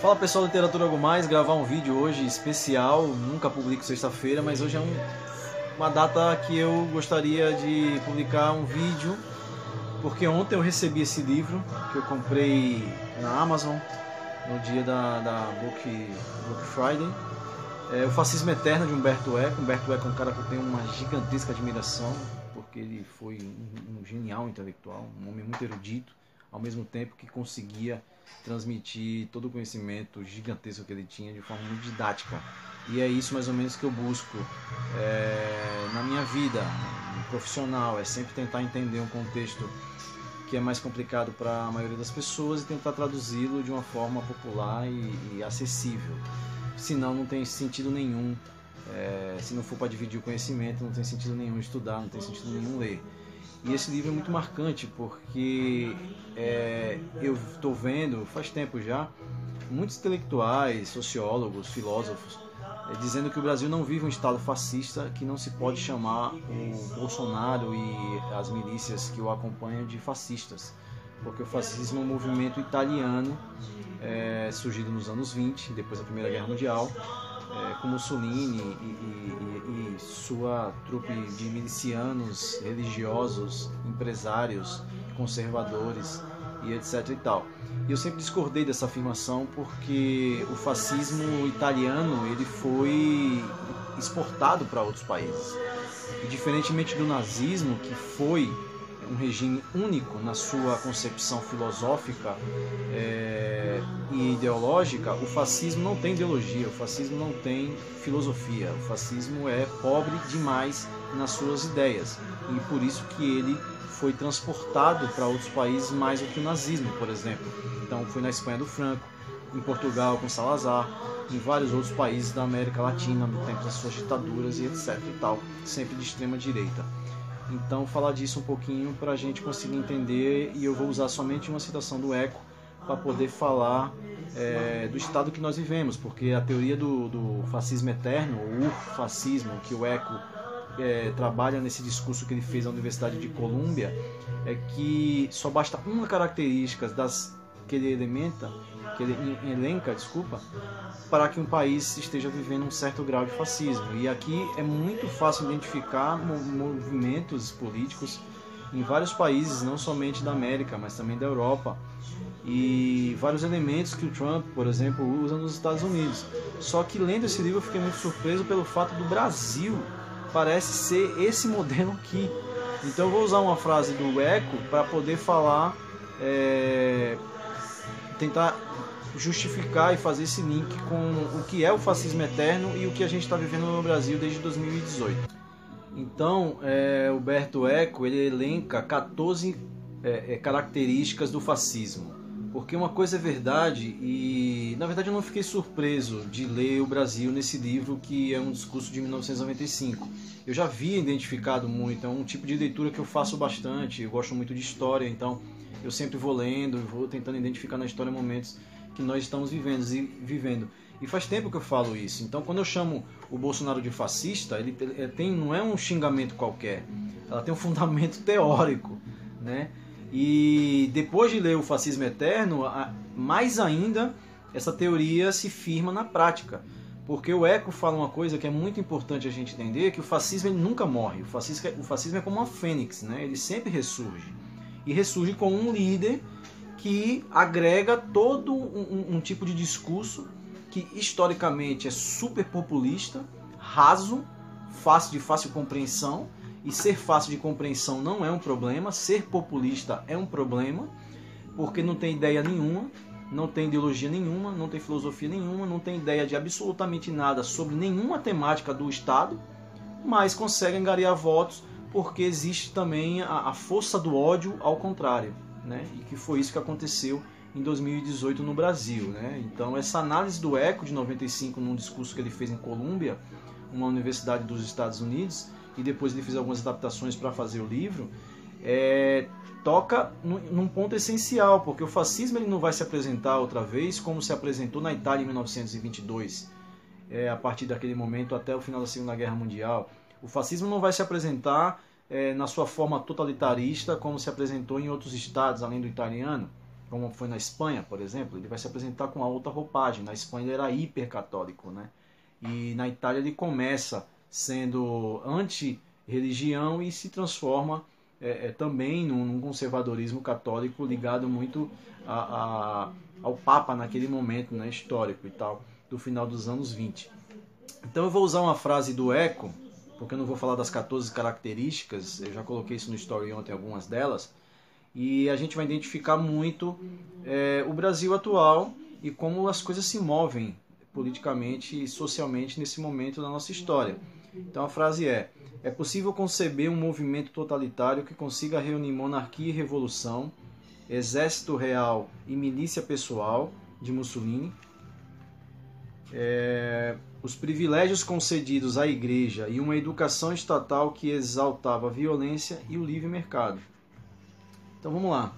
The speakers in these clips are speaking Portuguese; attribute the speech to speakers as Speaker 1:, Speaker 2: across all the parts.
Speaker 1: Fala pessoal da Literatura Algo Mais, gravar um vídeo hoje especial, nunca publico sexta-feira, mas hoje é uma data que eu gostaria de publicar um vídeo, porque ontem eu recebi esse livro, que eu comprei na Amazon, no dia da Book Friday. O Fascismo Eterno, de Umberto Eco. Umberto Eco é um cara que eu tenho uma gigantesca admiração, porque ele foi um genial intelectual, um homem muito erudito, ao mesmo tempo que conseguia transmitir todo o conhecimento gigantesco que ele tinha de forma muito didática. E é isso mais ou menos que eu busco na minha vida profissional, é sempre tentar entender um contexto que é mais complicado para a maioria das pessoas e tentar traduzi-lo de uma forma popular e acessível. Senão não tem sentido nenhum, se não for para dividir o conhecimento, não tem sentido nenhum estudar, não tem sentido nenhum ler. E esse livro é muito marcante porque eu estou vendo, faz tempo já, muitos intelectuais, sociólogos, filósofos, dizendo que o Brasil não vive um estado fascista, que não se pode chamar o Bolsonaro e as milícias que o acompanham de fascistas, porque o fascismo é um movimento italiano surgido nos anos 20, depois da Primeira Guerra Mundial, com Mussolini e sua trupe de milicianos, religiosos, empresários, conservadores e etc. e tal. E eu sempre discordei dessa afirmação porque o fascismo italiano ele foi exportado para outros países. E diferentemente do nazismo, que foi um regime único na sua concepção filosófica e ideológica, o fascismo não tem ideologia, o fascismo não tem filosofia, o fascismo é pobre demais nas suas ideias e por isso que ele foi transportado para outros países mais do que o nazismo, por exemplo. Então foi na Espanha do Franco, em Portugal com Salazar, em vários outros países da América Latina no tempo das suas ditaduras e etc e tal, sempre de extrema direita. Então falar disso um pouquinho para a gente conseguir entender, e eu vou usar somente uma citação do Eco para poder falar do estado que nós vivemos, porque a teoria do fascismo eterno, ou fascismo, que o Eco trabalha nesse discurso que ele fez na Universidade de Colômbia, é que só basta uma característica que ele elenca, para que um país esteja vivendo um certo grau de fascismo. E aqui é muito fácil identificar movimentos políticos em vários países, não somente da América, mas também da Europa, e vários elementos que o Trump, por exemplo, usa nos Estados Unidos. Só que lendo esse livro eu fiquei muito surpreso pelo fato do Brasil parece ser esse modelo aqui. Então eu vou usar uma frase do Eco para poder falar, tentar justificar e fazer esse link com o que é o fascismo eterno e o que a gente está vivendo no Brasil desde 2018. Então, Umberto Eco ele elenca 14 características do fascismo. Porque uma coisa é verdade, e na verdade eu não fiquei surpreso de ler o Brasil nesse livro, que é um discurso de 1995. Eu já havia identificado muito, é um tipo de leitura que eu faço bastante, eu gosto muito de história, então eu sempre vou lendo, vou tentando identificar na história momentos que nós estamos vivendo. E faz tempo que eu falo isso. Então quando eu chamo o Bolsonaro de fascista, ele não é um xingamento qualquer, ela tem um fundamento teórico, né? E depois de ler o Fascismo Eterno, mais ainda essa teoria se firma na prática. Porque o Eco fala uma coisa que é muito importante a gente entender, que o fascismo ele nunca morre. O fascismo é como uma fênix, né? Ele sempre ressurge. E ressurge com um líder que agrega todo um tipo de discurso que historicamente é super populista, raso, de fácil compreensão. E ser fácil de compreensão não é um problema, ser populista é um problema, porque não tem ideia nenhuma, não tem ideologia nenhuma, não tem filosofia nenhuma, não tem ideia de absolutamente nada sobre nenhuma temática do Estado, mas consegue angariar votos porque existe também a força do ódio ao contrário, né? E que foi isso que aconteceu em 2018 no Brasil, né? Então essa análise do Eco de 95 num discurso que ele fez em Colômbia, uma universidade dos Estados Unidos, e depois ele fez algumas adaptações para fazer o livro, toca num ponto essencial, porque o fascismo ele não vai se apresentar outra vez como se apresentou na Itália em 1922, a partir daquele momento até o final da Segunda Guerra Mundial. O fascismo não vai se apresentar na sua forma totalitarista como se apresentou em outros estados, além do italiano. como foi na Espanha, por exemplo, ele vai se apresentar com uma outra roupagem. Na Espanha ele era hipercatólico, né? E na Itália ele começa sendo anti-religião e se transforma também num conservadorismo católico ligado muito ao Papa naquele momento, né, histórico e tal, do final dos anos 20. Então eu vou usar uma frase do Eco, porque eu não vou falar das 14 características, eu já coloquei isso no story ontem, algumas delas, e a gente vai identificar muito o Brasil atual e como as coisas se movem politicamente e socialmente nesse momento da nossa história. Então a frase é possível conceber um movimento totalitário que consiga reunir monarquia e revolução, exército real e milícia pessoal de Mussolini, os privilégios concedidos à igreja e uma educação estatal que exaltava a violência e o livre mercado. Então vamos lá.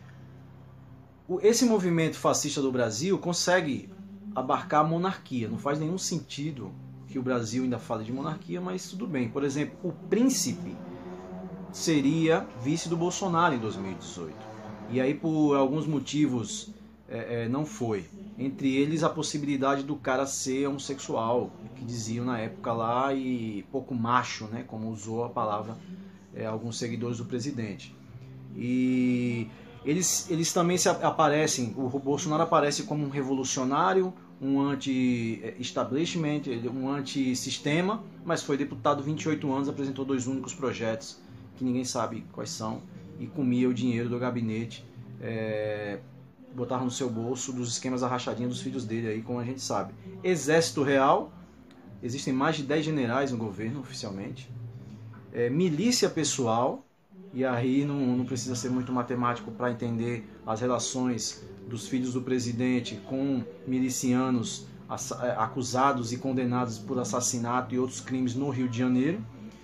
Speaker 1: Esse movimento fascista do Brasil consegue abarcar a monarquia. Não faz nenhum sentido que o Brasil ainda fale de monarquia, mas tudo bem. Por exemplo, o príncipe seria vice do Bolsonaro em 2018. E aí, por alguns motivos, não foi. Entre eles, a possibilidade do cara ser homossexual, que diziam na época lá, e pouco macho, né, como usou a palavra alguns seguidores do presidente. E eles também aparecem, o Bolsonaro aparece como um revolucionário, um anti-establishment, um anti-sistema, mas foi deputado 28 anos, apresentou 2 únicos projetos, que ninguém sabe quais são, e comia o dinheiro do gabinete, botava no seu bolso dos esquemas da rachadinha dos filhos dele, aí, como a gente sabe. Exército Real, existem mais de 10 generais no governo, oficialmente. Milícia pessoal, e aí não precisa ser muito matemático para entender as relações dos filhos do presidente com milicianos acusados e condenados por assassinato e outros crimes no Rio de Janeiro.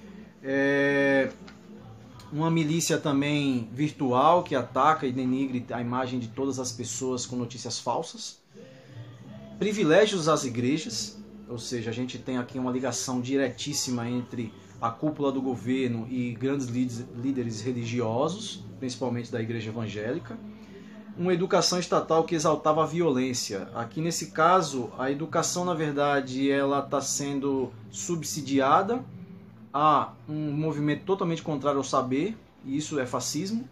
Speaker 1: Uma milícia também virtual que ataca e denigre a imagem de todas as pessoas com notícias falsas. Privilégios às igrejas, ou seja, a gente tem aqui uma ligação diretíssima entre a cúpula do governo e grandes líderes religiosos, principalmente da igreja evangélica. Uma educação estatal que exaltava a violência. Aqui nesse caso, a educação, na verdade, ela está sendo subsidiada a um movimento totalmente contrário ao saber, e isso é fascismo.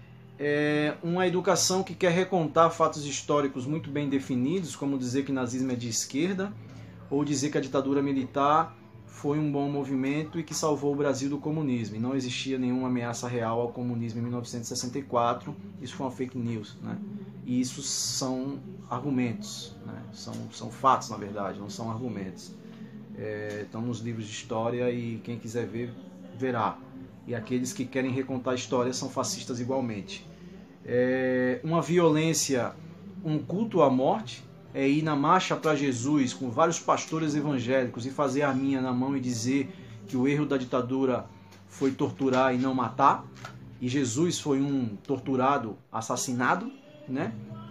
Speaker 1: Uma educação que quer recontar fatos históricos muito bem definidos, como dizer que nazismo é de esquerda, ou dizer que a ditadura militar foi um bom movimento e que salvou o Brasil do comunismo. E não existia nenhuma ameaça real ao comunismo em 1964. Isso foi uma fake news, né? E isso são argumentos, né? São fatos, na verdade, não são argumentos. Estão nos livros de história e quem quiser ver, verá. E aqueles que querem recontar a história são fascistas igualmente. Uma violência, um culto à morte, ir na marcha para Jesus com vários pastores evangélicos e fazer a arminha na mão e dizer que o erro da ditadura foi torturar e não matar, e Jesus foi um torturado, assassinado, né?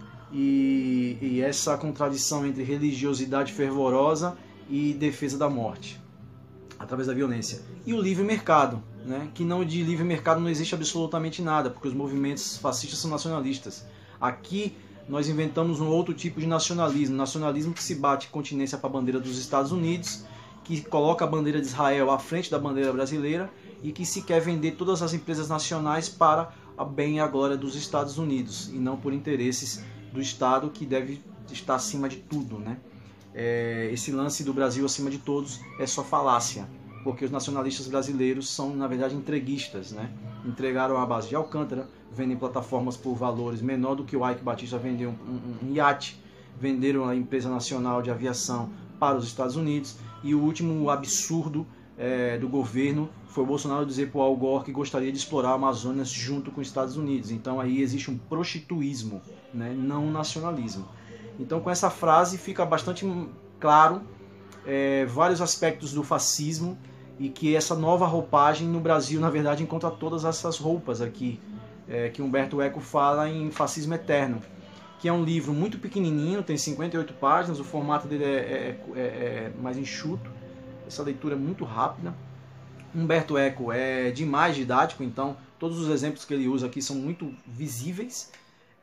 Speaker 1: E essa contradição entre religiosidade fervorosa e defesa da morte através da violência. E o livre mercado, né? Que não, de livre mercado não existe absolutamente nada, porque os movimentos fascistas são nacionalistas. Aqui nós inventamos um outro tipo de nacionalismo que se bate continência para a bandeira dos Estados Unidos, que coloca a bandeira de Israel à frente da bandeira brasileira e que se quer vender todas as empresas nacionais para a bem e a glória dos Estados Unidos e não por interesses do Estado, que deve estar acima de tudo, né? Esse lance do Brasil acima de todos é só falácia, porque os nacionalistas brasileiros são, na verdade, entreguistas, né? Entregaram a base de Alcântara, vendem plataformas por valores menor do que o Ike Batista vendeu um iate, venderam a empresa nacional de aviação para os Estados Unidos, e o último absurdo do governo foi o Bolsonaro dizer para o Al Gore que gostaria de explorar a Amazônia junto com os Estados Unidos. Então aí existe um prostituísmo, né? Não um nacionalismo. Então com essa frase fica bastante claro vários aspectos do fascismo, e que essa nova roupagem no Brasil, na verdade, encontra todas essas roupas aqui, que Humberto Eco fala em Fascismo Eterno, que é um livro muito pequenininho, tem 58 páginas, o formato dele é mais enxuto, essa leitura é muito rápida. Humberto Eco é demais didático, então todos os exemplos que ele usa aqui são muito visíveis.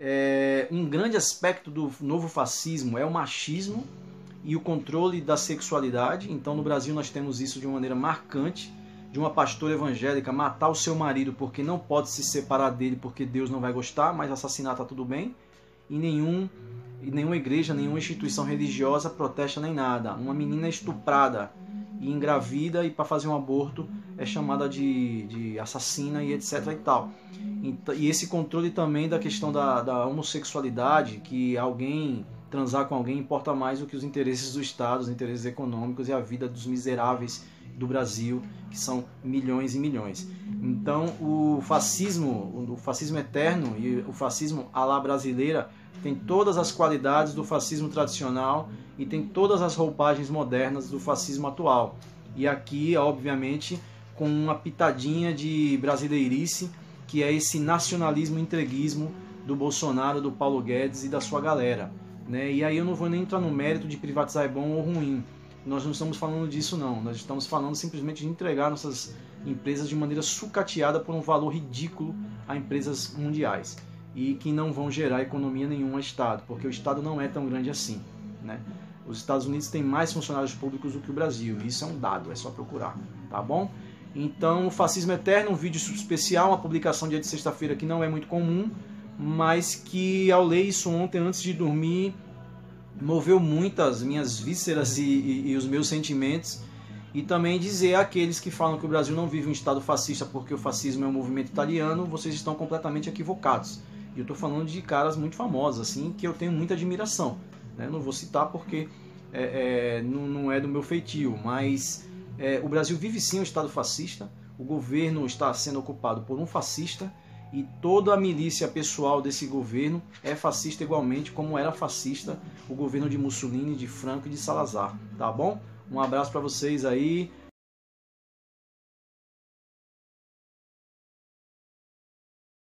Speaker 1: um grande aspecto do novo fascismo é o machismo e o controle da sexualidade. Então no Brasil nós temos isso de uma maneira marcante, de uma pastora evangélica matar o seu marido porque não pode se separar dele porque Deus não vai gostar, mas assassinar tá tudo bem. E nenhuma igreja, nenhuma instituição religiosa protesta nem nada. Uma menina estuprada e engravida e para fazer um aborto é chamada de assassina e etc e tal. E esse controle também da questão da homossexualidade, que alguém transar com alguém importa mais do que os interesses do Estado, os interesses econômicos e a vida dos miseráveis do Brasil, que são milhões e milhões. Então o fascismo eterno e o fascismo à la brasileira tem todas as qualidades do fascismo tradicional e tem todas as roupagens modernas do fascismo atual. E aqui, obviamente, com uma pitadinha de brasileirice, que é esse nacionalismo entreguismo do Bolsonaro, do Paulo Guedes e da sua galera. Né? E aí eu não vou nem entrar no mérito de privatizar é bom ou ruim. Nós não estamos falando disso não. Nós estamos falando simplesmente de entregar nossas empresas de maneira sucateada por um valor ridículo a empresas mundiais. E que não vão gerar economia nenhuma ao Estado, porque o Estado não é tão grande assim. Né? Os Estados Unidos têm mais funcionários públicos do que o Brasil. Isso é um dado, é só procurar. Tá bom? Então, o Fascismo Eterno, um vídeo especial, uma publicação dia de sexta-feira que não é muito comum, mas que ao ler isso ontem, antes de dormir, moveu muito as minhas vísceras e os meus sentimentos. E também dizer àqueles que falam que o Brasil não vive um Estado fascista porque o fascismo é um movimento italiano, vocês estão completamente equivocados. E eu estou falando de caras muito famosos, assim, que eu tenho muita admiração. Né? Não vou citar porque não é do meu feitio, mas o Brasil vive sim um Estado fascista, o governo está sendo ocupado por um fascista e toda a milícia pessoal desse governo é fascista igualmente como era fascista o governo de Mussolini, de Franco e de Salazar. Tá bom? Um abraço para vocês aí,